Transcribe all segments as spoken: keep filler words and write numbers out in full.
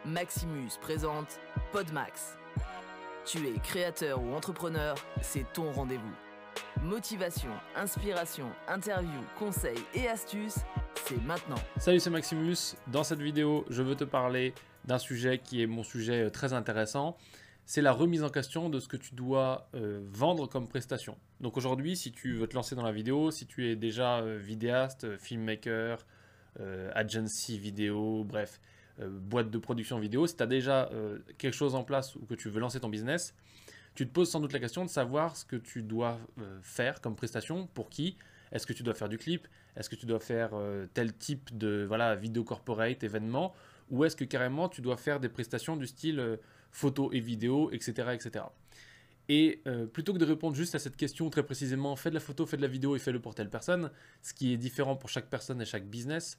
Maximus présente Podmax. Tu es créateur ou entrepreneur, c'est ton rendez-vous. Motivation, inspiration, interview, conseils et astuces, c'est maintenant. Salut, c'est Maximus. Dans cette vidéo, je veux te parler d'un sujet qui est mon sujet très intéressant. C'est la remise en question de ce que tu dois euh, vendre comme prestation. Donc aujourd'hui, si tu veux te lancer dans la vidéo, si tu es déjà euh, vidéaste, filmmaker, euh, agency vidéo, bref, euh, boîte de production vidéo, si tu as déjà euh, quelque chose en place ou que tu veux lancer ton business, tu te poses sans doute la question de savoir ce que tu dois euh, faire comme prestation, pour qui. Est-ce que tu dois faire du clip? Est-ce que tu dois faire euh, tel type de voilà, vidéo corporate, événement? Ou est-ce que carrément tu dois faire des prestations du style euh, photo et vidéo, et cetera et cetera. Et euh, plutôt que de répondre juste à cette question très précisément, fais de la photo, fais de la vidéo et fais-le pour telle personne, ce qui est différent pour chaque personne et chaque business,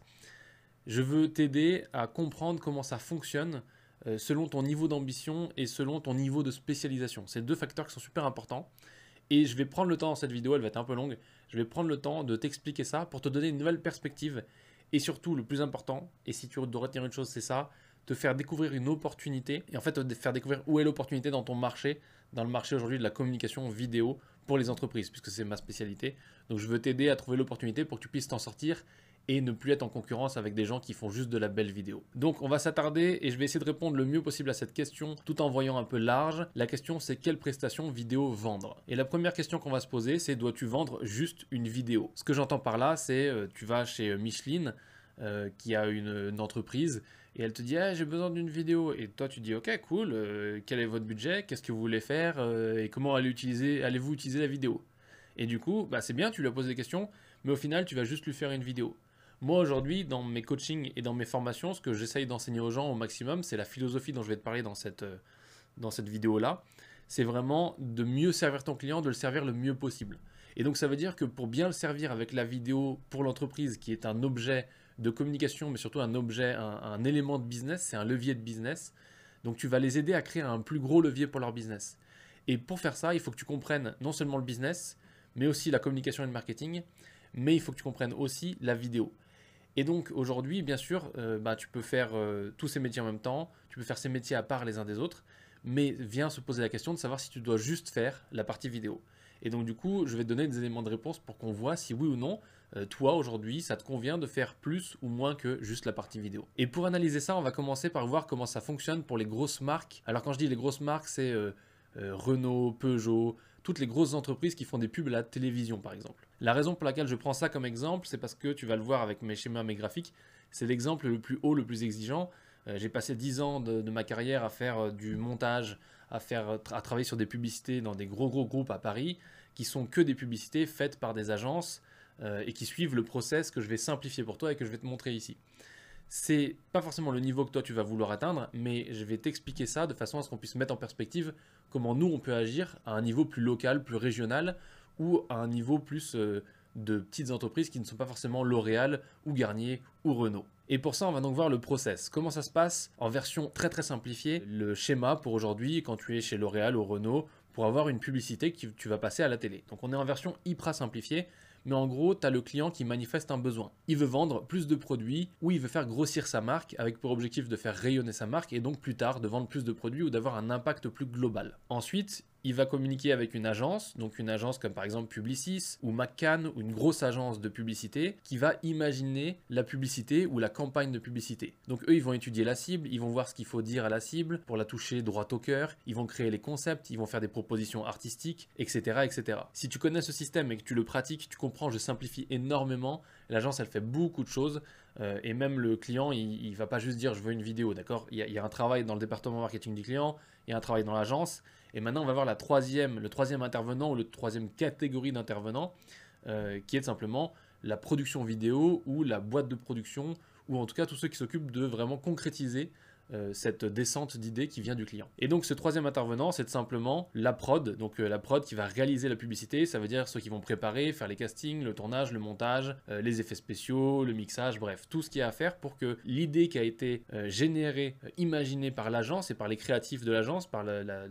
je veux t'aider à comprendre comment ça fonctionne euh, selon ton niveau d'ambition et selon ton niveau de spécialisation. C'est deux facteurs qui sont super importants. Et je vais prendre le temps dans cette vidéo, elle va être un peu longue, je vais prendre le temps de t'expliquer ça pour te donner une nouvelle perspective. Et surtout, le plus important, et si tu dois retenir une chose, c'est ça, te faire découvrir une opportunité, et en fait te faire découvrir où est l'opportunité dans ton marché, dans le marché aujourd'hui de la communication vidéo pour les entreprises, puisque c'est ma spécialité. Donc je veux t'aider à trouver l'opportunité pour que tu puisses t'en sortir et ne plus être en concurrence avec des gens qui font juste de la belle vidéo. Donc on va s'attarder et je vais essayer de répondre le mieux possible à cette question tout en voyant un peu large. La question, c'est quelle prestation vidéo vendre? Et la première question qu'on va se poser, c'est dois-tu vendre juste une vidéo? Ce que j'entends par là, c'est euh, tu vas chez Micheline euh, qui a une, une entreprise et elle te dit ah, j'ai besoin d'une vidéo, et toi tu dis ok cool, euh, quel est votre budget, qu'est-ce que vous voulez faire euh, et comment allez utiliser, allez-vous utiliser la vidéo? Et du coup bah, c'est bien, tu lui as posé des questions, mais au final tu vas juste lui faire une vidéo. Moi aujourd'hui, dans mes coachings et dans mes formations, ce que j'essaye d'enseigner aux gens au maximum, c'est la philosophie dont je vais te parler dans cette, euh, dans cette vidéo-là. C'est vraiment de mieux servir ton client, de le servir le mieux possible. Et donc ça veut dire que pour bien le servir avec la vidéo pour l'entreprise, qui est un objet de communication, mais surtout un objet, un, un élément de business, c'est un levier de business. Donc tu vas les aider à créer un plus gros levier pour leur business. Et pour faire ça, il faut que tu comprennes non seulement le business, mais aussi la communication et le marketing, mais il faut que tu comprennes aussi la vidéo. Et donc aujourd'hui, bien sûr, euh, bah, tu peux faire euh, tous ces métiers en même temps, tu peux faire ces métiers à part les uns des autres, mais vient se poser la question de savoir si tu dois juste faire la partie vidéo. Et donc du coup, je vais te donner des éléments de réponse pour qu'on voit si oui ou non, euh, toi aujourd'hui, ça te convient de faire plus ou moins que juste la partie vidéo. Et pour analyser ça, on va commencer par voir comment ça fonctionne pour les grosses marques. Alors quand je dis les grosses marques, c'est euh, euh, Renault, Peugeot, toutes les grosses entreprises qui font des pubs à la télévision par exemple. La raison pour laquelle je prends ça comme exemple, c'est parce que tu vas le voir avec mes schémas, mes graphiques, c'est l'exemple le plus haut, le plus exigeant. Euh, j'ai passé dix ans de, de ma carrière à faire euh, du montage, à, faire, à travailler sur des publicités dans des gros gros groupes à Paris, qui sont que des publicités faites par des agences euh, et qui suivent le process que je vais simplifier pour toi et que je vais te montrer ici. C'est pas forcément le niveau que toi tu vas vouloir atteindre, mais je vais t'expliquer ça de façon à ce qu'on puisse mettre en perspective comment nous on peut agir à un niveau plus local, plus régional, ou à un niveau plus euh, de petites entreprises qui ne sont pas forcément L'Oréal ou Garnier ou Renault. Et pour ça, on va donc voir le process. Comment ça se passe en version très très simplifiée, le schéma pour aujourd'hui quand tu es chez L'Oréal ou Renault pour avoir une publicité que tu vas passer à la télé. Donc on est en version hyper simplifiée, mais en gros, tu as le client qui manifeste un besoin. Il veut vendre plus de produits ou il veut faire grossir sa marque avec pour objectif de faire rayonner sa marque et donc plus tard de vendre plus de produits ou d'avoir un impact plus global. Ensuite, il va communiquer avec une agence, donc une agence comme par exemple Publicis ou McCann ou une grosse agence de publicité qui va imaginer la publicité ou la campagne de publicité. Donc eux, ils vont étudier la cible, ils vont voir ce qu'il faut dire à la cible pour la toucher droit au cœur, ils vont créer les concepts, ils vont faire des propositions artistiques, et cetera, et cetera. Si tu connais ce système et que tu le pratiques, tu comprends, je simplifie énormément. L'agence, elle fait beaucoup de choses euh, et même le client, il, il va pas juste dire je veux une vidéo, d'accord? Il y a, il y a un travail dans le département marketing du client, il y a un travail dans l'agence. Et maintenant, on va voir la troisième, le troisième intervenant ou le troisième catégorie d'intervenants euh, qui est simplement la production vidéo ou la boîte de production ou en tout cas tous ceux qui s'occupent de vraiment concrétiser euh, cette descente d'idées qui vient du client. Et donc ce troisième intervenant, c'est simplement la prod, donc euh, la prod qui va réaliser la publicité, ça veut dire ceux qui vont préparer, faire les castings, le tournage, le montage, euh, les effets spéciaux, le mixage, bref, tout ce qu'il y a à faire pour que l'idée qui a été euh, générée, euh, imaginée par l'agence et par les créatifs de l'agence, par la, la, la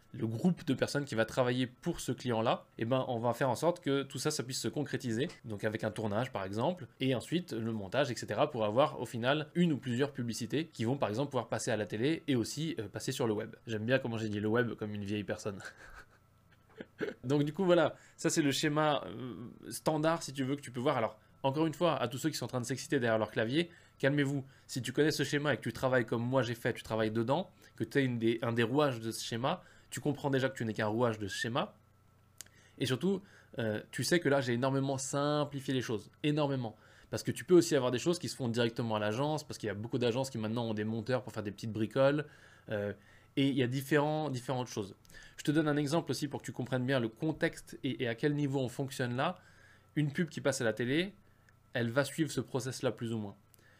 le groupe de personnes qui va travailler pour ce client-là, et ben on va faire en sorte que tout ça, ça puisse se concrétiser, donc avec un tournage par exemple, et ensuite le montage, et cetera, pour avoir au final une ou plusieurs publicités qui vont par exemple pouvoir passer à la télé et aussi euh, passer sur le web. J'aime bien comment j'ai dit le web comme une vieille personne. Donc du coup voilà, ça c'est le schéma euh, standard si tu veux que tu peux voir. Alors encore une fois, à tous ceux qui sont en train de s'exciter derrière leur clavier, calmez-vous. Si tu connais ce schéma et que tu travailles comme moi j'ai fait, tu travailles dedans, que tu es une des, un des rouages de ce schéma, tu comprends déjà que tu n'es qu'un rouage de ce schéma. Et surtout, euh, tu sais que là j'ai énormément simplifié les choses, énormément. Parce que tu peux aussi avoir des choses qui se font directement à l'agence, parce qu'il y a beaucoup d'agences qui maintenant ont des monteurs pour faire des petites bricoles. Euh, et il y a différents, différentes choses. Je te donne un exemple aussi pour que tu comprennes bien le contexte et, et à quel niveau on fonctionne là. Une pub qui passe à la télé, elle va suivre ce process-là plus ou moins.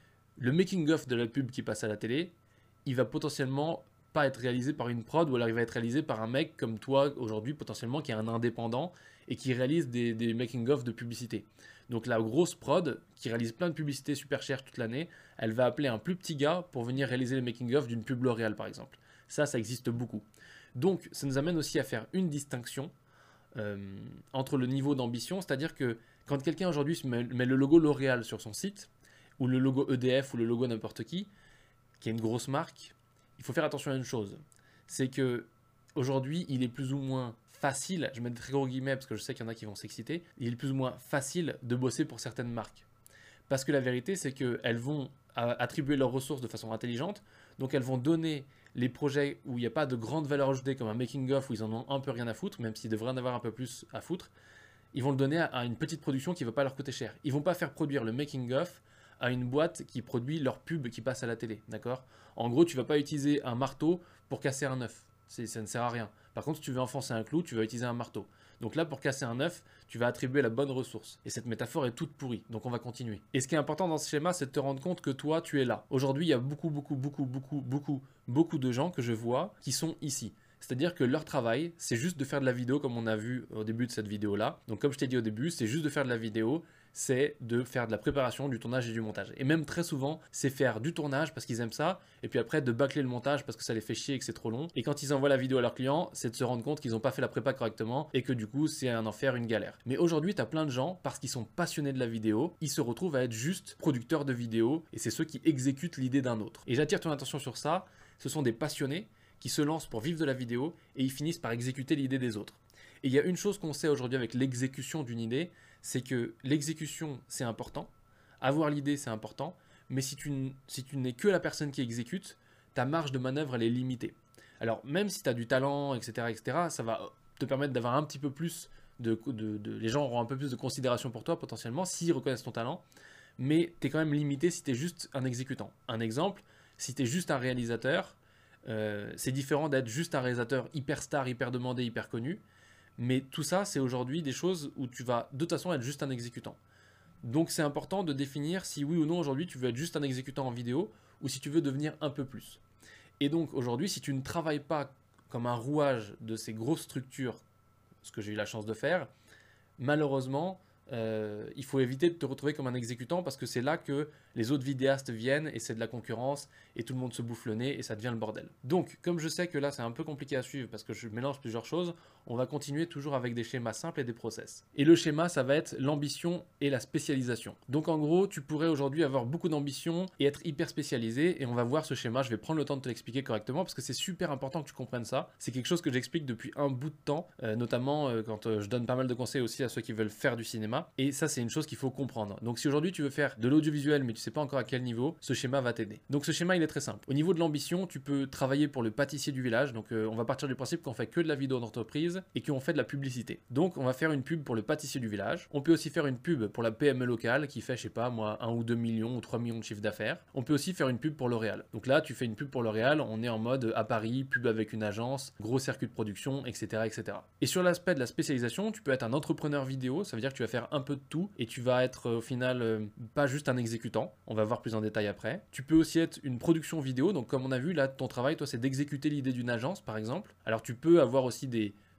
Le making-of de la pub qui passe à la télé, il va potentiellement pas être réalisé par une prod, ou alors il va être réalisé par un mec comme toi aujourd'hui potentiellement qui est un indépendant et qui réalise des, des making-of de publicité. Donc la grosse prod qui réalise plein de publicités super chères toute l'année, elle va appeler un plus petit gars pour venir réaliser le making-of d'une pub L'Oréal par exemple. Ça, ça existe beaucoup. Donc ça nous amène aussi à faire une distinction euh, entre le niveau d'ambition, c'est-à-dire que quand quelqu'un aujourd'hui met, met le logo L'Oréal sur son site, ou le logo E D F ou le logo n'importe qui, qui est une grosse marque, il faut faire attention à une chose. C'est que aujourd'hui, il est plus ou moins facile, je mets des très gros guillemets parce que je sais qu'il y en a qui vont s'exciter, il est plus ou moins facile de bosser pour certaines marques. Parce que la vérité, c'est qu'elles vont attribuer leurs ressources de façon intelligente, donc elles vont donner les projets où il n'y a pas de grande valeur ajoutée comme un making-of où ils en ont un peu rien à foutre, même s'ils devraient en avoir un peu plus à foutre, ils vont le donner à une petite production qui ne va pas leur coûter cher. Ils ne vont pas faire produire le making-of à une boîte qui produit leur pub qui passe à la télé, d'accord? En gros, tu ne vas pas utiliser un marteau pour casser un œuf, ça ne sert à rien. Par contre, si tu veux enfoncer un clou, tu vas utiliser un marteau. Donc là, pour casser un œuf, tu vas attribuer la bonne ressource. Et cette métaphore est toute pourrie, donc on va continuer. Et ce qui est important dans ce schéma, c'est de te rendre compte que toi, tu es là. Aujourd'hui, il y a beaucoup, beaucoup, beaucoup, beaucoup, beaucoup, beaucoup de gens que je vois qui sont ici. C'est-à-dire que leur travail, c'est juste de faire de la vidéo comme on a vu au début de cette vidéo-là. Donc comme je t'ai dit au début, c'est juste de faire de la vidéo, c'est de faire de la préparation, du tournage et du montage. Et même très souvent, c'est faire du tournage parce qu'ils aiment ça, et puis après de bâcler le montage parce que ça les fait chier et que c'est trop long. Et quand ils envoient la vidéo à leurs clients, c'est de se rendre compte qu'ils n'ont pas fait la prépa correctement et que du coup, c'est un enfer, une galère. Mais aujourd'hui, tu as plein de gens, parce qu'ils sont passionnés de la vidéo, ils se retrouvent à être juste producteurs de vidéos, et c'est ceux qui exécutent l'idée d'un autre. Et j'attire ton attention sur ça, ce sont des passionnés qui se lancent pour vivre de la vidéo et ils finissent par exécuter l'idée des autres. Et il y a une chose qu'on sait aujourd'hui avec l'exécution d'une idée, c'est que l'exécution, c'est important, avoir l'idée, c'est important, mais si tu, si tu n'es que la personne qui exécute, ta marge de manœuvre, elle est limitée. Alors, même si tu as du talent, et cetera, et cetera, ça va te permettre d'avoir un petit peu plus de, de, de... Les gens auront un peu plus de considération pour toi, potentiellement, s'ils reconnaissent ton talent, mais tu es quand même limité si tu es juste un exécutant. Un exemple, si tu es juste un réalisateur, Euh, c'est différent d'être juste un réalisateur hyper star, hyper demandé, hyper connu. Mais tout ça, c'est aujourd'hui des choses où tu vas de toute façon être juste un exécutant. Donc c'est important de définir si oui ou non aujourd'hui tu veux être juste un exécutant en vidéo ou si tu veux devenir un peu plus. Et donc aujourd'hui, si tu ne travailles pas comme un rouage de ces grosses structures, ce que j'ai eu la chance de faire, malheureusement, Euh, il faut éviter de te retrouver comme un exécutant parce que c'est là que les autres vidéastes viennent et c'est de la concurrence et tout le monde se bouffe le nez et ça devient le bordel. Donc, comme je sais que là c'est un peu compliqué à suivre parce que je mélange plusieurs choses, on va continuer toujours avec des schémas simples et des process. Et le schéma, ça va être l'ambition et la spécialisation. Donc en gros, tu pourrais aujourd'hui avoir beaucoup d'ambition et être hyper spécialisé et on va voir ce schéma, je vais prendre le temps de te l'expliquer correctement parce que c'est super important que tu comprennes ça. C'est quelque chose que j'explique depuis un bout de temps, euh, notamment euh, quand euh, je donne pas mal de conseils aussi à ceux qui veulent faire du cinéma. Et ça, c'est une chose qu'il faut comprendre. Donc si aujourd'hui tu veux faire de l'audiovisuel mais tu sais pas encore à quel niveau, ce schéma va t'aider. Donc ce schéma, il est très simple. Au niveau de l'ambition, tu peux travailler pour le pâtissier du village. Donc euh, on va partir du principe qu'on fait que de la vidéo d'entreprise et qu'on fait de la publicité. Donc on va faire une pub pour le pâtissier du village. On peut aussi faire une pub pour la P M E locale qui fait, je sais pas moi, un ou deux millions ou trois millions de chiffre d'affaires. On peut aussi faire une pub pour L'Oréal. Donc là, tu fais une pub pour L'Oréal, on est en mode à Paris, pub avec une agence, gros circuit de production, et cetera, et cetera. Et sur l'aspect de la spécialisation, tu peux être un entrepreneur vidéo, ça veut dire que tu vas faire un peu de tout et tu vas être euh, au final euh, pas juste un exécutant, on va voir plus en détail après. Tu peux aussi être une production vidéo, donc comme on a vu là, ton travail, toi, c'est d'exécuter l'idée d'une agence par exemple. Alors tu peux avoir aussi des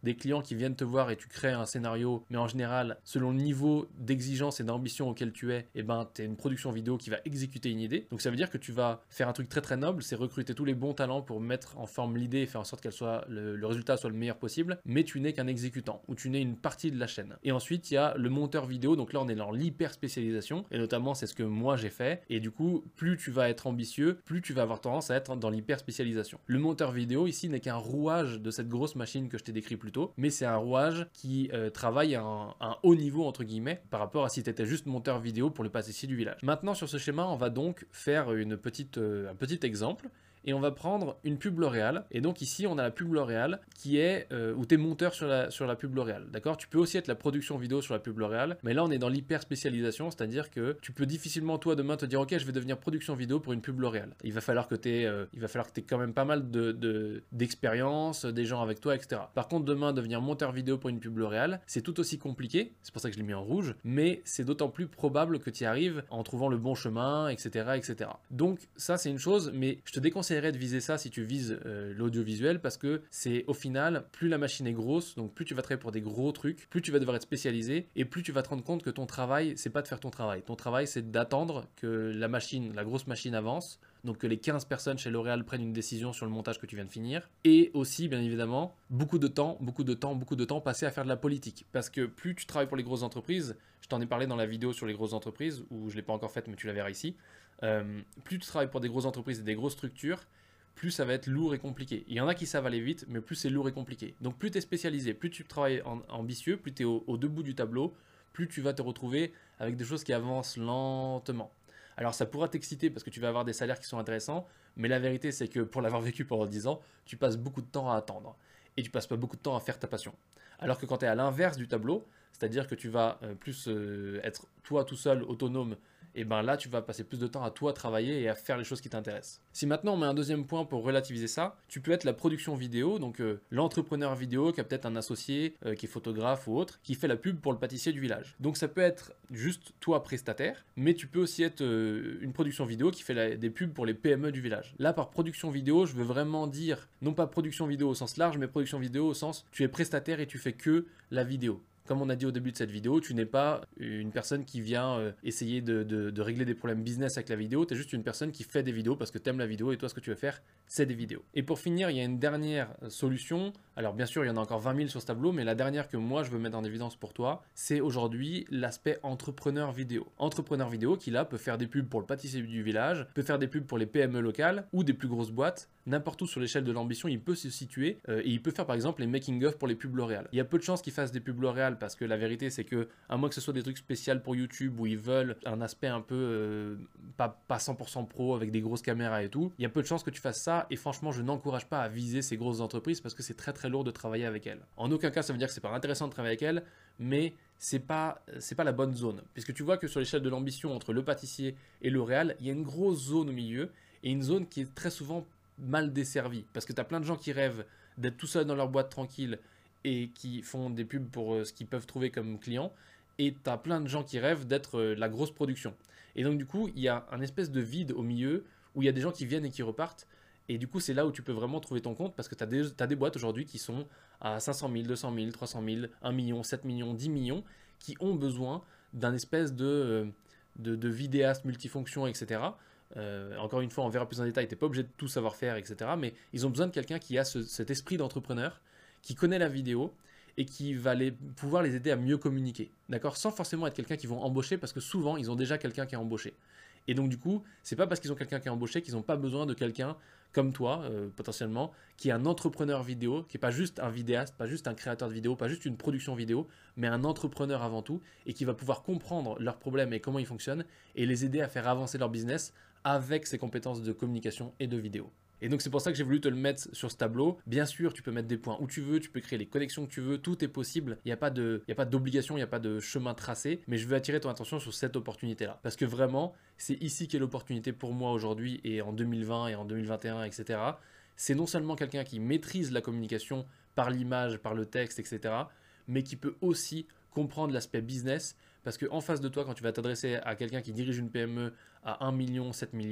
des clients qui viennent te voir et tu crées un scénario, mais en général, selon le niveau d'exigence et d'ambition auquel tu es, eh ben, tu es une production vidéo qui va exécuter une idée. Donc ça veut dire que tu vas faire un truc très très noble, c'est recruter tous les bons talents pour mettre en forme l'idée et faire en sorte qu'elle soit le, le résultat soit le meilleur possible, mais tu n'es qu'un exécutant, ou tu n'es une partie de la chaîne. Et ensuite, il y a le monteur vidéo, donc là on est dans l'hyper spécialisation, et notamment c'est ce que moi j'ai fait, et du coup, plus tu vas être ambitieux, plus tu vas avoir tendance à être dans l'hyper spécialisation. Le monteur vidéo ici n'est qu'un rouage de cette grosse machine que je t'ai décrit plus tôt, mais c'est un rouage qui euh, travaille à un, un haut niveau entre guillemets par rapport à si tu étais juste monteur vidéo pour le pâtissier du village. Maintenant sur ce schéma, on va donc faire une petite, euh, un petit exemple. Et on va prendre une pub L'Oréal. Et donc ici, on a la pub L'Oréal qui est euh, où tu es monteur sur la, sur la pub L'Oréal. D'accord? Tu peux aussi être la production vidéo sur la pub L'Oréal. Mais là, on est dans l'hyper spécialisation. C'est-à-dire que tu peux difficilement, toi, demain, te dire ok, je vais devenir production vidéo pour une pub L'Oréal. Il va falloir que tu aies euh, il va falloir que tu aies quand même pas mal de, de, d'expérience, des gens avec toi, et cetera. Par contre, demain, devenir monteur vidéo pour une pub L'Oréal, c'est tout aussi compliqué. C'est pour ça que je l'ai mis en rouge. Mais c'est d'autant plus probable que tu y arrives en trouvant le bon chemin, et cetera, et cetera. Donc, ça, c'est une chose. Mais je te déconseille de viser ça si tu vises euh, l'audiovisuel parce que c'est au final, plus la machine est grosse, donc plus tu vas travailler pour des gros trucs, plus tu vas devoir être spécialisé et plus tu vas te rendre compte que ton travail, c'est pas de faire ton travail. Ton travail, c'est d'attendre que la machine, la grosse machine avance, donc que les quinze personnes chez L'Oréal prennent une décision sur le montage que tu viens de finir. Et aussi, bien évidemment, beaucoup de temps, beaucoup de temps, beaucoup de temps passé à faire de la politique. Parce que plus tu travailles pour les grosses entreprises, je t'en ai parlé dans la vidéo sur les grosses entreprises, où je ne l'ai pas encore faite, mais tu la verras ici, euh, plus tu travailles pour des grosses entreprises et des grosses structures, plus ça va être lourd et compliqué. Il y en a qui savent aller vite, mais plus c'est lourd et compliqué. Donc plus tu es spécialisé, plus tu travailles en ambitieux, plus tu es au, au debout du tableau, plus tu vas te retrouver avec des choses qui avancent lentement. Alors ça pourra t'exciter parce que tu vas avoir des salaires qui sont intéressants, mais la vérité c'est que pour l'avoir vécu pendant dix ans, tu passes beaucoup de temps à attendre. Et tu passes pas beaucoup de temps à faire ta passion. Alors que quand tu es à l'inverse du tableau, c'est-à-dire que tu vas euh, plus euh, être toi tout seul, autonome, et ben là tu vas passer plus de temps à toi travailler et à faire les choses qui t'intéressent. Si maintenant on met un deuxième point pour relativiser ça, tu peux être la production vidéo, donc euh, l'entrepreneur vidéo qui a peut-être un associé euh, qui est photographe ou autre, qui fait la pub pour le pâtissier du village. Donc ça peut être juste toi prestataire, mais tu peux aussi être euh, une production vidéo qui fait la, des pubs pour les P M E du village. Là par production vidéo, je veux vraiment dire, non pas production vidéo au sens large, mais production vidéo au sens tu es prestataire et tu fais que la vidéo. Comme on a dit au début de cette vidéo, tu n'es pas une personne qui vient euh, essayer de, de, de régler des problèmes business avec la vidéo, tu es juste une personne qui fait des vidéos parce que tu aimes la vidéo et toi ce que tu veux faire, c'est des vidéos. Et pour finir, il y a une dernière solution. Alors bien sûr, il y en a encore vingt mille sur ce tableau, mais la dernière que moi je veux mettre en évidence pour toi, c'est aujourd'hui l'aspect entrepreneur vidéo. Entrepreneur vidéo qui là peut faire des pubs pour le pâtissier du village, peut faire des pubs pour les P M E locales ou des plus grosses boîtes. N'importe où sur l'échelle de l'ambition, il peut se situer euh, et il peut faire par exemple les making-of pour les pubs L'Oréal. Il y a peu de chances qu'il fasse des pubs L'Oréal parce que la vérité c'est que, à moins que ce soit des trucs spéciaux pour YouTube où ils veulent un aspect un peu euh, pas, pas cent pour cent pro avec des grosses caméras et tout, il y a peu de chances que tu fasses ça et franchement je n'encourage pas à viser ces grosses entreprises parce que c'est très très lourd de travailler avec elles. En aucun cas ça veut dire que c'est pas intéressant de travailler avec elles, mais c'est pas, c'est pas la bonne zone. Puisque tu vois que sur l'échelle de l'ambition entre le pâtissier et L'Oréal, il y a une grosse zone au milieu et une zone qui est très souvent mal desservie. Parce que tu as plein de gens qui rêvent d'être tout seuls dans leur boîte tranquille et qui font des pubs pour euh, ce qu'ils peuvent trouver comme clients. Et tu as plein de gens qui rêvent d'être euh, la grosse production. Et donc du coup, il y a un espèce de vide au milieu où il y a des gens qui viennent et qui repartent. Et du coup, c'est là où tu peux vraiment trouver ton compte parce que tu as des, t'as des boîtes aujourd'hui qui sont à cinq cent mille, deux cent mille, trois cent mille, un million, sept millions, dix millions qui ont besoin d'un espèce de, euh, de, de vidéaste multifonction, et cetera. Euh, encore une fois, on verra plus en détail, tu n'es pas obligé de tout savoir faire, et cetera. Mais ils ont besoin de quelqu'un qui a ce, cet esprit d'entrepreneur, qui connaît la vidéo et qui va les, pouvoir les aider à mieux communiquer. D'accord? Sans forcément être quelqu'un qu'ils vont embaucher parce que souvent, ils ont déjà quelqu'un qui est embauché. Et donc du coup, c'est pas parce qu'ils ont quelqu'un qui est embauché qu'ils n'ont pas besoin de quelqu'un comme toi, euh, potentiellement, qui est un entrepreneur vidéo, qui n'est pas juste un vidéaste, pas juste un créateur de vidéo, pas juste une production vidéo, mais un entrepreneur avant tout, et qui va pouvoir comprendre leurs problèmes et comment ils fonctionnent, et les aider à faire avancer leur business avec ses compétences de communication et de vidéo. Et donc c'est pour ça que j'ai voulu te le mettre sur ce tableau. Bien sûr, tu peux mettre des points où tu veux, tu peux créer les connexions que tu veux, tout est possible. Il n'y a pas de, il n'y a pas d'obligation, il n'y a pas de chemin tracé, mais je veux attirer ton attention sur cette opportunité-là. Parce que vraiment, c'est ici qu'est l'opportunité pour moi aujourd'hui et en deux mille vingt et en deux mille vingt et un, et cetera. C'est non seulement quelqu'un qui maîtrise la communication par l'image, par le texte, et cetera, mais qui peut aussi comprendre l'aspect business, parce qu'en face de toi, quand tu vas t'adresser à quelqu'un qui dirige une P M E à un million, sept millions,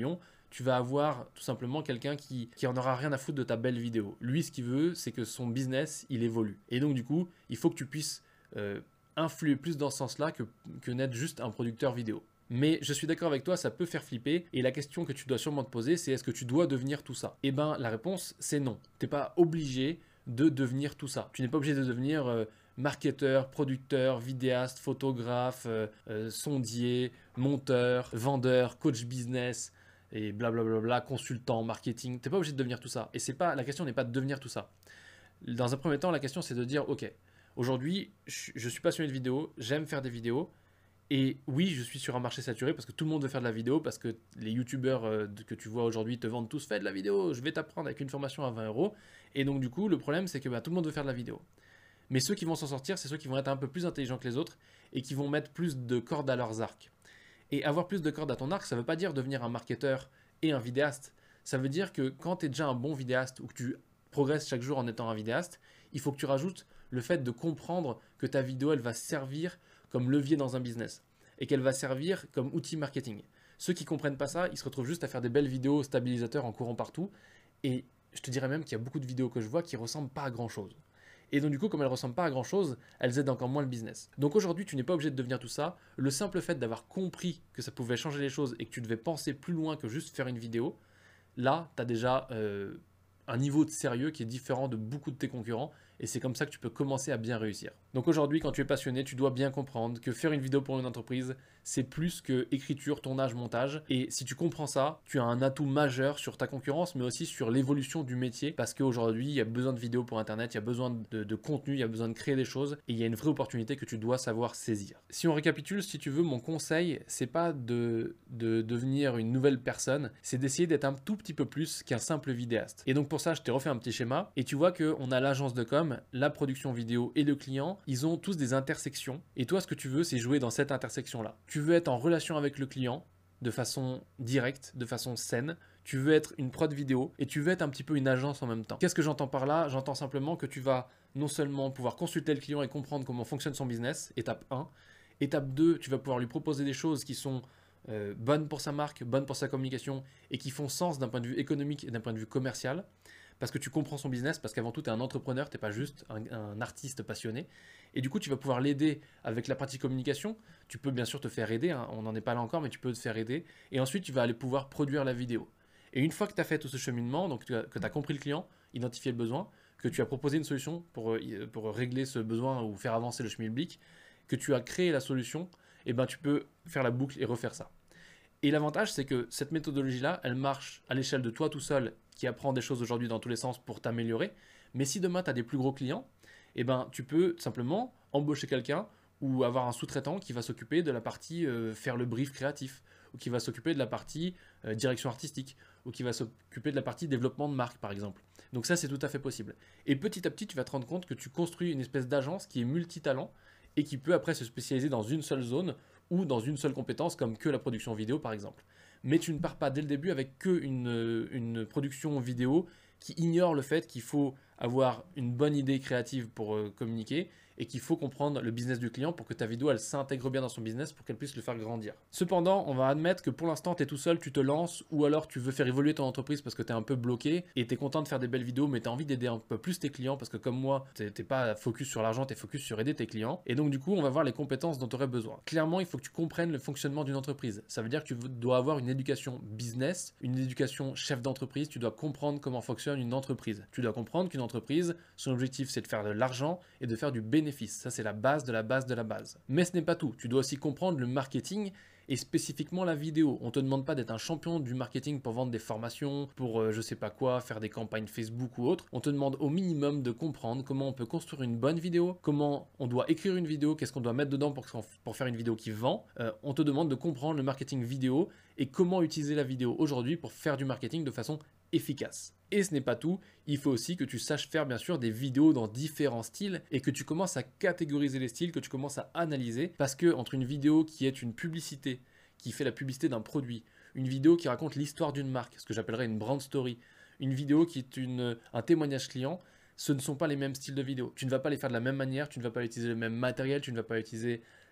tu vas avoir tout simplement quelqu'un qui, qui en aura rien à foutre de ta belle vidéo. Lui, ce qu'il veut, c'est que son business, il évolue. Et donc, du coup, il faut que tu puisses euh, influer plus dans ce sens-là que, que n'être juste un producteur vidéo. Mais je suis d'accord avec toi, ça peut faire flipper. Et la question que tu dois sûrement te poser, c'est est-ce que tu dois devenir tout ça? Eh bien, la réponse, c'est non. Tu n'es pas obligé de devenir tout ça. Tu n'es pas obligé de devenir euh, marketeur, producteur, vidéaste, photographe, euh, euh, sondier, monteur, vendeur, coach business et blablabla, bla bla bla, consultant, marketing. Tu n'es pas obligé de devenir tout ça. Et c'est pas, la question n'est pas de devenir tout ça. Dans un premier temps, la question, c'est de dire, ok, aujourd'hui, je, je suis passionné de vidéo, j'aime faire des vidéos. Et oui, je suis sur un marché saturé parce que tout le monde veut faire de la vidéo, parce que les youtubeurs euh, que tu vois aujourd'hui te vendent tous, fais de la vidéo, je vais t'apprendre avec une formation à vingt euros. Et donc du coup, le problème, c'est que bah, tout le monde veut faire de la vidéo. Mais ceux qui vont s'en sortir, c'est ceux qui vont être un peu plus intelligents que les autres et qui vont mettre plus de cordes à leurs arcs. Et avoir plus de cordes à ton arc, ça ne veut pas dire devenir un marketeur et un vidéaste. Ça veut dire que quand tu es déjà un bon vidéaste ou que tu progresses chaque jour en étant un vidéaste, il faut que tu rajoutes le fait de comprendre que ta vidéo, elle va servir comme levier dans un business et qu'elle va servir comme outil marketing. Ceux qui ne comprennent pas ça, ils se retrouvent juste à faire des belles vidéos stabilisateurs en courant partout. Et je te dirais même qu'il y a beaucoup de vidéos que je vois qui ne ressemblent pas à grand chose. Et donc du coup, comme elles ne ressemblent pas à grand chose, elles aident encore moins le business. Donc aujourd'hui, tu n'es pas obligé de devenir tout ça. Le simple fait d'avoir compris que ça pouvait changer les choses et que tu devais penser plus loin que juste faire une vidéo, là, tu as déjà euh, un niveau de sérieux qui est différent de beaucoup de tes concurrents. Et c'est comme ça que tu peux commencer à bien réussir. Donc aujourd'hui, quand tu es passionné, tu dois bien comprendre que faire une vidéo pour une entreprise, c'est plus que écriture, tournage, montage. Et si tu comprends ça, tu as un atout majeur sur ta concurrence, mais aussi sur l'évolution du métier. Parce qu'aujourd'hui, il y a besoin de vidéos pour Internet, il y a besoin de, de contenu, il y a besoin de créer des choses. Et il y a une vraie opportunité que tu dois savoir saisir. Si on récapitule, si tu veux, mon conseil, c'est pas de, de devenir une nouvelle personne, c'est d'essayer d'être un tout petit peu plus qu'un simple vidéaste. Et donc pour ça, je t'ai refait un petit schéma. Et tu vois qu'on a l'agence de com, la production vidéo et le client, ils ont tous des intersections. Et toi, ce que tu veux, c'est jouer dans cette intersection-là. Tu veux être en relation avec le client de façon directe, de façon saine. Tu veux être une prod vidéo et tu veux être un petit peu une agence en même temps. Qu'est-ce que j'entends par là? J'entends simplement que tu vas non seulement pouvoir consulter le client et comprendre comment fonctionne son business, étape un. Étape deux, tu vas pouvoir lui proposer des choses qui sont euh, bonnes pour sa marque, bonnes pour sa communication et qui font sens d'un point de vue économique et d'un point de vue commercial. Parce que tu comprends son business, parce qu'avant tout, tu es un entrepreneur, tu n'es pas juste un, un artiste passionné. Et du coup, tu vas pouvoir l'aider avec la partie communication. Tu peux bien sûr te faire aider, hein, on n'en est pas là encore, mais tu peux te faire aider. Et ensuite, tu vas aller pouvoir produire la vidéo. Et une fois que tu as fait tout ce cheminement, donc que tu as compris le client, identifié le besoin, que tu as proposé une solution pour, pour régler ce besoin ou faire avancer le schmilblick, que tu as créé la solution, et ben, tu peux faire la boucle et refaire ça. Et l'avantage, c'est que cette méthodologie-là, elle marche à l'échelle de toi tout seul, qui apprend des choses aujourd'hui dans tous les sens pour t'améliorer. Mais si demain, tu as des plus gros clients, eh ben, tu peux simplement embaucher quelqu'un ou avoir un sous-traitant qui va s'occuper de la partie euh, faire le brief créatif, ou qui va s'occuper de la partie euh, direction artistique, ou qui va s'occuper de la partie développement de marque, par exemple. Donc ça, c'est tout à fait possible. Et petit à petit, tu vas te rendre compte que tu construis une espèce d'agence qui est multitalent et qui peut après se spécialiser dans une seule zone ou dans une seule compétence, comme que la production vidéo, par exemple. Mais tu ne pars pas dès le début avec que une, une production vidéo qui ignore le fait qu'il faut avoir une bonne idée créative pour euh, communiquer et qu'il faut comprendre le business du client pour que ta vidéo elle s'intègre bien dans son business pour qu'elle puisse le faire grandir. Cependant, on va admettre que pour l'instant tu es tout seul, tu te lances ou alors tu veux faire évoluer ton entreprise parce que tu es un peu bloqué et tu es content de faire des belles vidéos mais tu as envie d'aider un peu plus tes clients parce que comme moi, tu n'es pas focus sur l'argent, tu es focus sur aider tes clients et donc du coup on va voir les compétences dont tu aurais besoin. Clairement, il faut que tu comprennes le fonctionnement d'une entreprise. Ça veut dire que tu dois avoir une éducation business, une éducation chef d'entreprise, tu dois comprendre comment fonctionne une entreprise. Tu dois comprendre qu'une entreprise, son objectif c'est de faire de l'argent et de faire du bénéfice. Ça, c'est la base de la base de la base. Mais ce n'est pas tout. Tu dois aussi comprendre le marketing et spécifiquement la vidéo. On ne te demande pas d'être un champion du marketing pour vendre des formations, pour euh, je sais pas quoi, faire des campagnes Facebook ou autre. On te demande au minimum de comprendre comment on peut construire une bonne vidéo, comment on doit écrire une vidéo, qu'est-ce qu'on doit mettre dedans pour, pour faire une vidéo qui vend. Euh, on te demande de comprendre le marketing vidéo et comment utiliser la vidéo aujourd'hui pour faire du marketing de façon efficace. Et ce n'est pas tout, il faut aussi que tu saches faire bien sûr des vidéos dans différents styles et que tu commences à catégoriser les styles, que tu commences à analyser parce que entre une vidéo qui est une publicité, qui fait la publicité d'un produit, une vidéo qui raconte l'histoire d'une marque, ce que j'appellerais une brand story, une vidéo qui est une, un témoignage client, ce ne sont pas les mêmes styles de vidéos. Tu ne vas pas les faire de la même manière, tu ne vas pas utiliser le même matériel, tu ne vas pas utiliser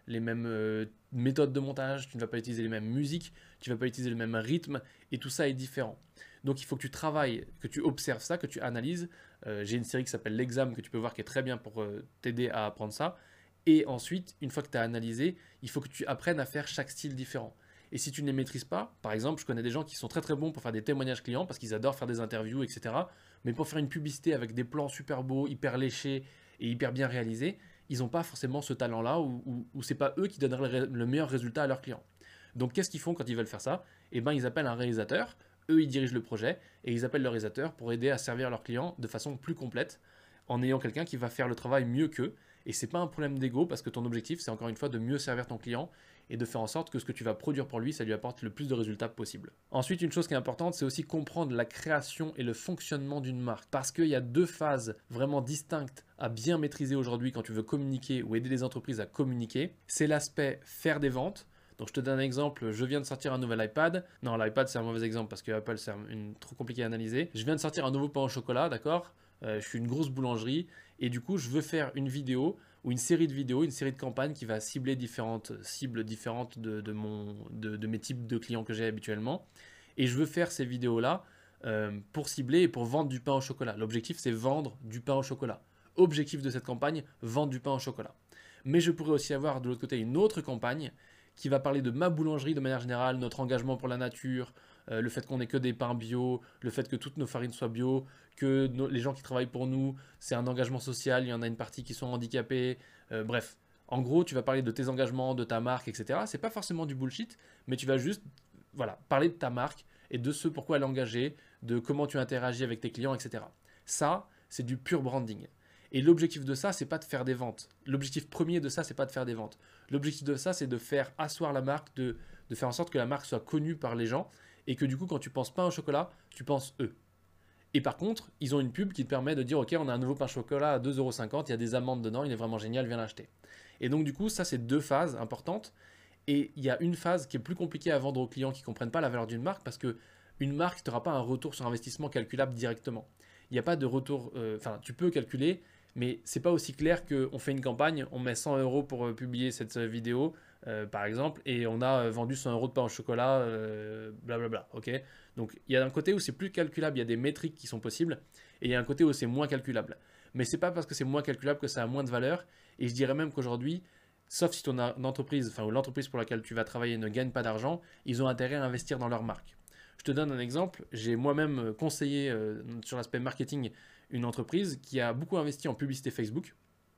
les mêmes euh, méthodes de montage, tu ne vas pas utiliser les mêmes musiques, tu ne vas pas utiliser le même rythme, et tout ça est différent. Donc il faut que tu travailles, que tu observes ça, que tu analyses. Euh, j'ai une série qui s'appelle L'Exam que tu peux voir qui est très bien pour euh, t'aider à apprendre ça. Et ensuite, une fois que tu as analysé, il faut que tu apprennes à faire chaque style différent. Et si tu ne les maîtrises pas, par exemple, je connais des gens qui sont très très bons pour faire des témoignages clients parce qu'ils adorent faire des interviews, et cetera. Mais pour faire une publicité avec des plans super beaux, hyper léchés et hyper bien réalisés, ils n'ont pas forcément ce talent-là ou, ou, ou c'est pas eux qui donneraient le, le meilleur résultat à leurs clients. Donc qu'est-ce qu'ils font quand ils veulent faire ça? Eh ben, ils appellent un réalisateur, eux ils dirigent le projet et ils appellent le réalisateur pour aider à servir leurs clients de façon plus complète en ayant quelqu'un qui va faire le travail mieux qu'eux. Et c'est pas un problème d'ego parce que ton objectif c'est encore une fois de mieux servir ton client et de faire en sorte que ce que tu vas produire pour lui, ça lui apporte le plus de résultats possible. Ensuite, une chose qui est importante, c'est aussi comprendre la création et le fonctionnement d'une marque. Parce qu'il y a deux phases vraiment distinctes à bien maîtriser aujourd'hui quand tu veux communiquer ou aider les entreprises à communiquer. C'est l'aspect faire des ventes. Donc je te donne un exemple, je viens de sortir un nouvel iPad. Non, l'iPad c'est un mauvais exemple parce que Apple c'est une, trop compliqué à analyser. Je viens de sortir un nouveau pain au chocolat, d'accord euh, Je suis une grosse boulangerie et du coup je veux faire une vidéo ou une série de vidéos, une série de campagnes qui va cibler différentes cibles différentes de, de, mon, de, de mes types de clients que j'ai habituellement. Et je veux faire ces vidéos-là euh, pour cibler et pour vendre du pain au chocolat. L'objectif c'est vendre du pain au chocolat. Objectif de cette campagne, vendre du pain au chocolat. Mais je pourrais aussi avoir de l'autre côté une autre campagne qui va parler de ma boulangerie de manière générale, notre engagement pour la nature, euh, le fait qu'on n'ait que des pains bio, le fait que toutes nos farines soient bio, que nos, les gens qui travaillent pour nous, c'est un engagement social, il y en a une partie qui sont handicapés, euh, bref. En gros, tu vas parler de tes engagements, de ta marque, et cetera. C'est pas forcément du bullshit, mais tu vas juste voilà, parler de ta marque et de ce pourquoi elle est engagée, de comment tu interagis avec tes clients, et cetera. Ça, c'est du pur branding. Et l'objectif de ça, c'est pas de faire des ventes. L'objectif premier de ça, c'est pas de faire des ventes. L'objectif de ça, c'est de faire asseoir la marque, de, de faire en sorte que la marque soit connue par les gens et que du coup, quand tu penses pain au chocolat, tu penses eux. Et par contre, ils ont une pub qui te permet de dire « Ok, on a un nouveau pain au chocolat à deux euros cinquante, il y a des amandes dedans, il est vraiment génial, viens l'acheter. » Et donc du coup, ça, c'est deux phases importantes. Et il y a une phase qui est plus compliquée à vendre aux clients qui ne comprennent pas la valeur d'une marque parce qu'une marque n'aura pas un retour sur investissement calculable directement. Il n'y a pas de retour, enfin, euh, tu peux calculer, mais c'est pas aussi clair qu'on fait une campagne, on met cent euros pour euh, publier cette euh, vidéo, euh, par exemple, et on a euh, vendu cent euros de pain au chocolat, euh, blablabla, ok. Donc il y a un côté où c'est plus calculable, il y a des métriques qui sont possibles, et il y a un côté où c'est moins calculable. Mais c'est pas parce que c'est moins calculable que ça a moins de valeur, et je dirais même qu'aujourd'hui, sauf si ton entreprise, enfin ou l'entreprise pour laquelle tu vas travailler ne gagne pas d'argent, ils ont intérêt à investir dans leur marque. Je te donne un exemple, j'ai moi-même conseillé euh, sur l'aspect marketing une entreprise qui a beaucoup investi en publicité Facebook.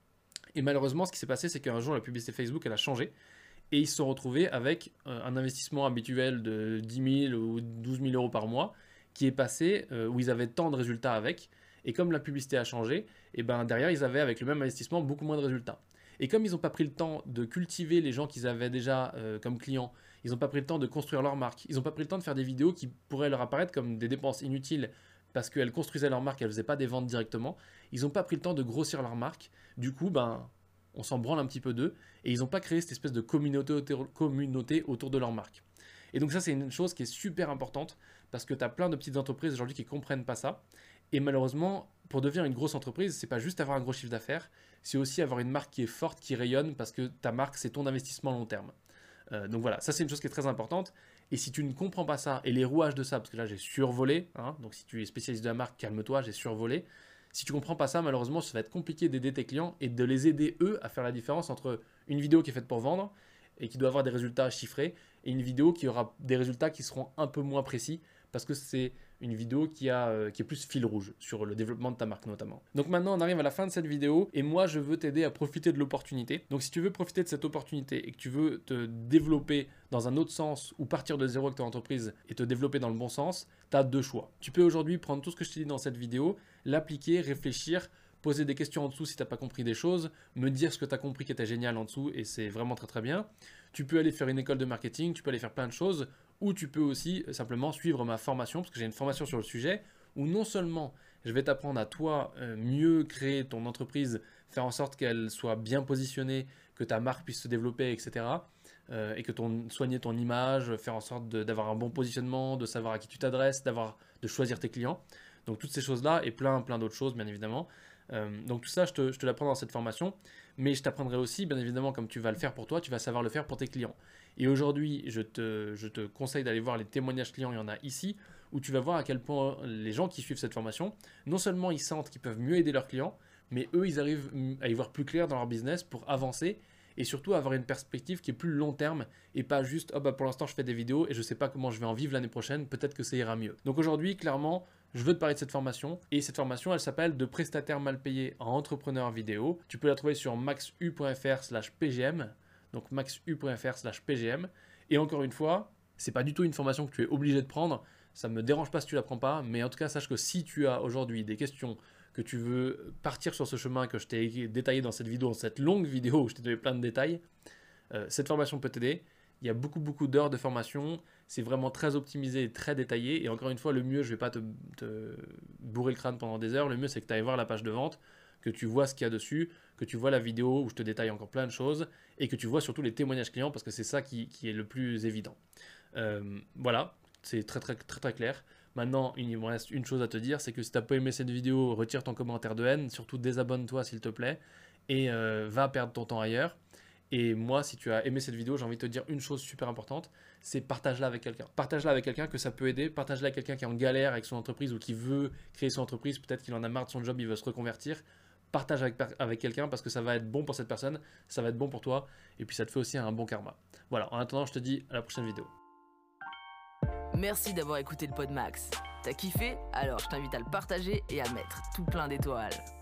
Et malheureusement, ce qui s'est passé, c'est qu'un jour, la publicité Facebook, elle a changé. Et ils se sont retrouvés avec un investissement habituel de dix mille ou douze mille euros par mois qui est passé, euh, où ils avaient tant de résultats avec. Et comme la publicité a changé, et ben derrière, ils avaient avec le même investissement beaucoup moins de résultats. Et comme ils n'ont pas pris le temps de cultiver les gens qu'ils avaient déjà euh, comme clients, ils n'ont pas pris le temps de construire leur marque, ils n'ont pas pris le temps de faire des vidéos qui pourraient leur apparaître comme des dépenses inutiles parce qu'elles construisaient leur marque, elles ne faisaient pas des ventes directement, ils n'ont pas pris le temps de grossir leur marque, du coup, ben, on s'en branle un petit peu d'eux, et ils n'ont pas créé cette espèce de communauté, communauté autour de leur marque. Et donc ça, c'est une chose qui est super importante, parce que tu as plein de petites entreprises aujourd'hui qui ne comprennent pas ça, et malheureusement, pour devenir une grosse entreprise, c'est pas juste avoir un gros chiffre d'affaires, c'est aussi avoir une marque qui est forte, qui rayonne, parce que ta marque, c'est ton investissement long terme. Euh, donc voilà, ça c'est une chose qui est très importante. Et si tu ne comprends pas ça, et les rouages de ça, parce que là j'ai survolé, hein, donc si tu es spécialiste de la marque, calme-toi, j'ai survolé. Si tu ne comprends pas ça, malheureusement, ça va être compliqué d'aider tes clients et de les aider eux à faire la différence entre une vidéo qui est faite pour vendre et qui doit avoir des résultats chiffrés et une vidéo qui aura des résultats qui seront un peu moins précis parce que c'est une vidéo qui, a, euh, qui est plus fil rouge sur le développement de ta marque notamment. Donc maintenant on arrive à la fin de cette vidéo et moi je veux t'aider à profiter de l'opportunité. Donc si tu veux profiter de cette opportunité et que tu veux te développer dans un autre sens ou partir de zéro avec ton entreprise et te développer dans le bon sens, tu as deux choix. Tu peux aujourd'hui prendre tout ce que je t'ai dit dans cette vidéo, l'appliquer, réfléchir, poser des questions en dessous si tu n'as pas compris des choses, me dire ce que tu as compris qui était génial en dessous et c'est vraiment très très bien. Tu peux aller faire une école de marketing, tu peux aller faire plein de choses ou tu peux aussi simplement suivre ma formation parce que j'ai une formation sur le sujet où non seulement je vais t'apprendre à toi euh, mieux créer ton entreprise, faire en sorte qu'elle soit bien positionnée, que ta marque puisse se développer, et cetera. Euh, et que ton, soigner ton image, faire en sorte d'avoir un bon positionnement, de savoir à qui tu t'adresses, d'avoir, de choisir tes clients. Donc toutes ces choses-là et plein plein d'autres choses bien évidemment. Euh, donc tout ça, je te, je te l'apprends dans cette formation, mais je t'apprendrai aussi, bien évidemment, comme tu vas le faire pour toi, tu vas savoir le faire pour tes clients. Et aujourd'hui, je te, je te conseille d'aller voir les témoignages clients, il y en a ici, où tu vas voir à quel point les gens qui suivent cette formation, non seulement ils sentent qu'ils peuvent mieux aider leurs clients, mais eux, ils arrivent à y voir plus clair dans leur business pour avancer et surtout avoir une perspective qui est plus long terme et pas juste oh bah pour l'instant je fais des vidéos et je sais pas comment je vais en vivre l'année prochaine, peut-être que ça ira mieux. Donc aujourd'hui, clairement, je veux te parler de cette formation et cette formation, elle s'appelle de prestataire mal payé à entrepreneur vidéo. Tu peux la trouver sur maxu point fr slash pgm, donc maxu point fr slash pgm. Et encore une fois, c'est pas du tout une formation que tu es obligé de prendre. Ça me dérange pas si tu la prends pas, mais en tout cas sache que si tu as aujourd'hui des questions, que tu veux partir sur ce chemin que je t'ai détaillé dans cette vidéo, dans cette longue vidéo où je t'ai donné plein de détails, euh, cette formation peut t'aider. Il y a beaucoup beaucoup d'heures de formation, c'est vraiment très optimisé et très détaillé. Et encore une fois, le mieux, je ne vais pas te, te bourrer le crâne pendant des heures, le mieux c'est que tu ailles voir la page de vente, que tu vois ce qu'il y a dessus, que tu vois la vidéo où je te détaille encore plein de choses et que tu vois surtout les témoignages clients parce que c'est ça qui, qui est le plus évident. Euh, voilà, c'est très très très très clair. Maintenant, il me reste une chose à te dire, c'est que si tu n'as pas aimé cette vidéo, retire ton commentaire de haine, surtout désabonne-toi s'il te plaît, et euh, va perdre ton temps ailleurs. Et moi, si tu as aimé cette vidéo, j'ai envie de te dire une chose super importante, c'est partage-la avec quelqu'un. Partage-la avec quelqu'un que ça peut aider, partage-la avec quelqu'un qui est en galère avec son entreprise ou qui veut créer son entreprise, peut-être qu'il en a marre de son job, il veut se reconvertir. Partage avec, avec quelqu'un parce que ça va être bon pour cette personne, ça va être bon pour toi, et puis ça te fait aussi un bon karma. Voilà, en attendant, je te dis à la prochaine vidéo. Merci d'avoir écouté le PodMax. T'as kiffé? Alors je t'invite à le partager et à mettre tout plein d'étoiles.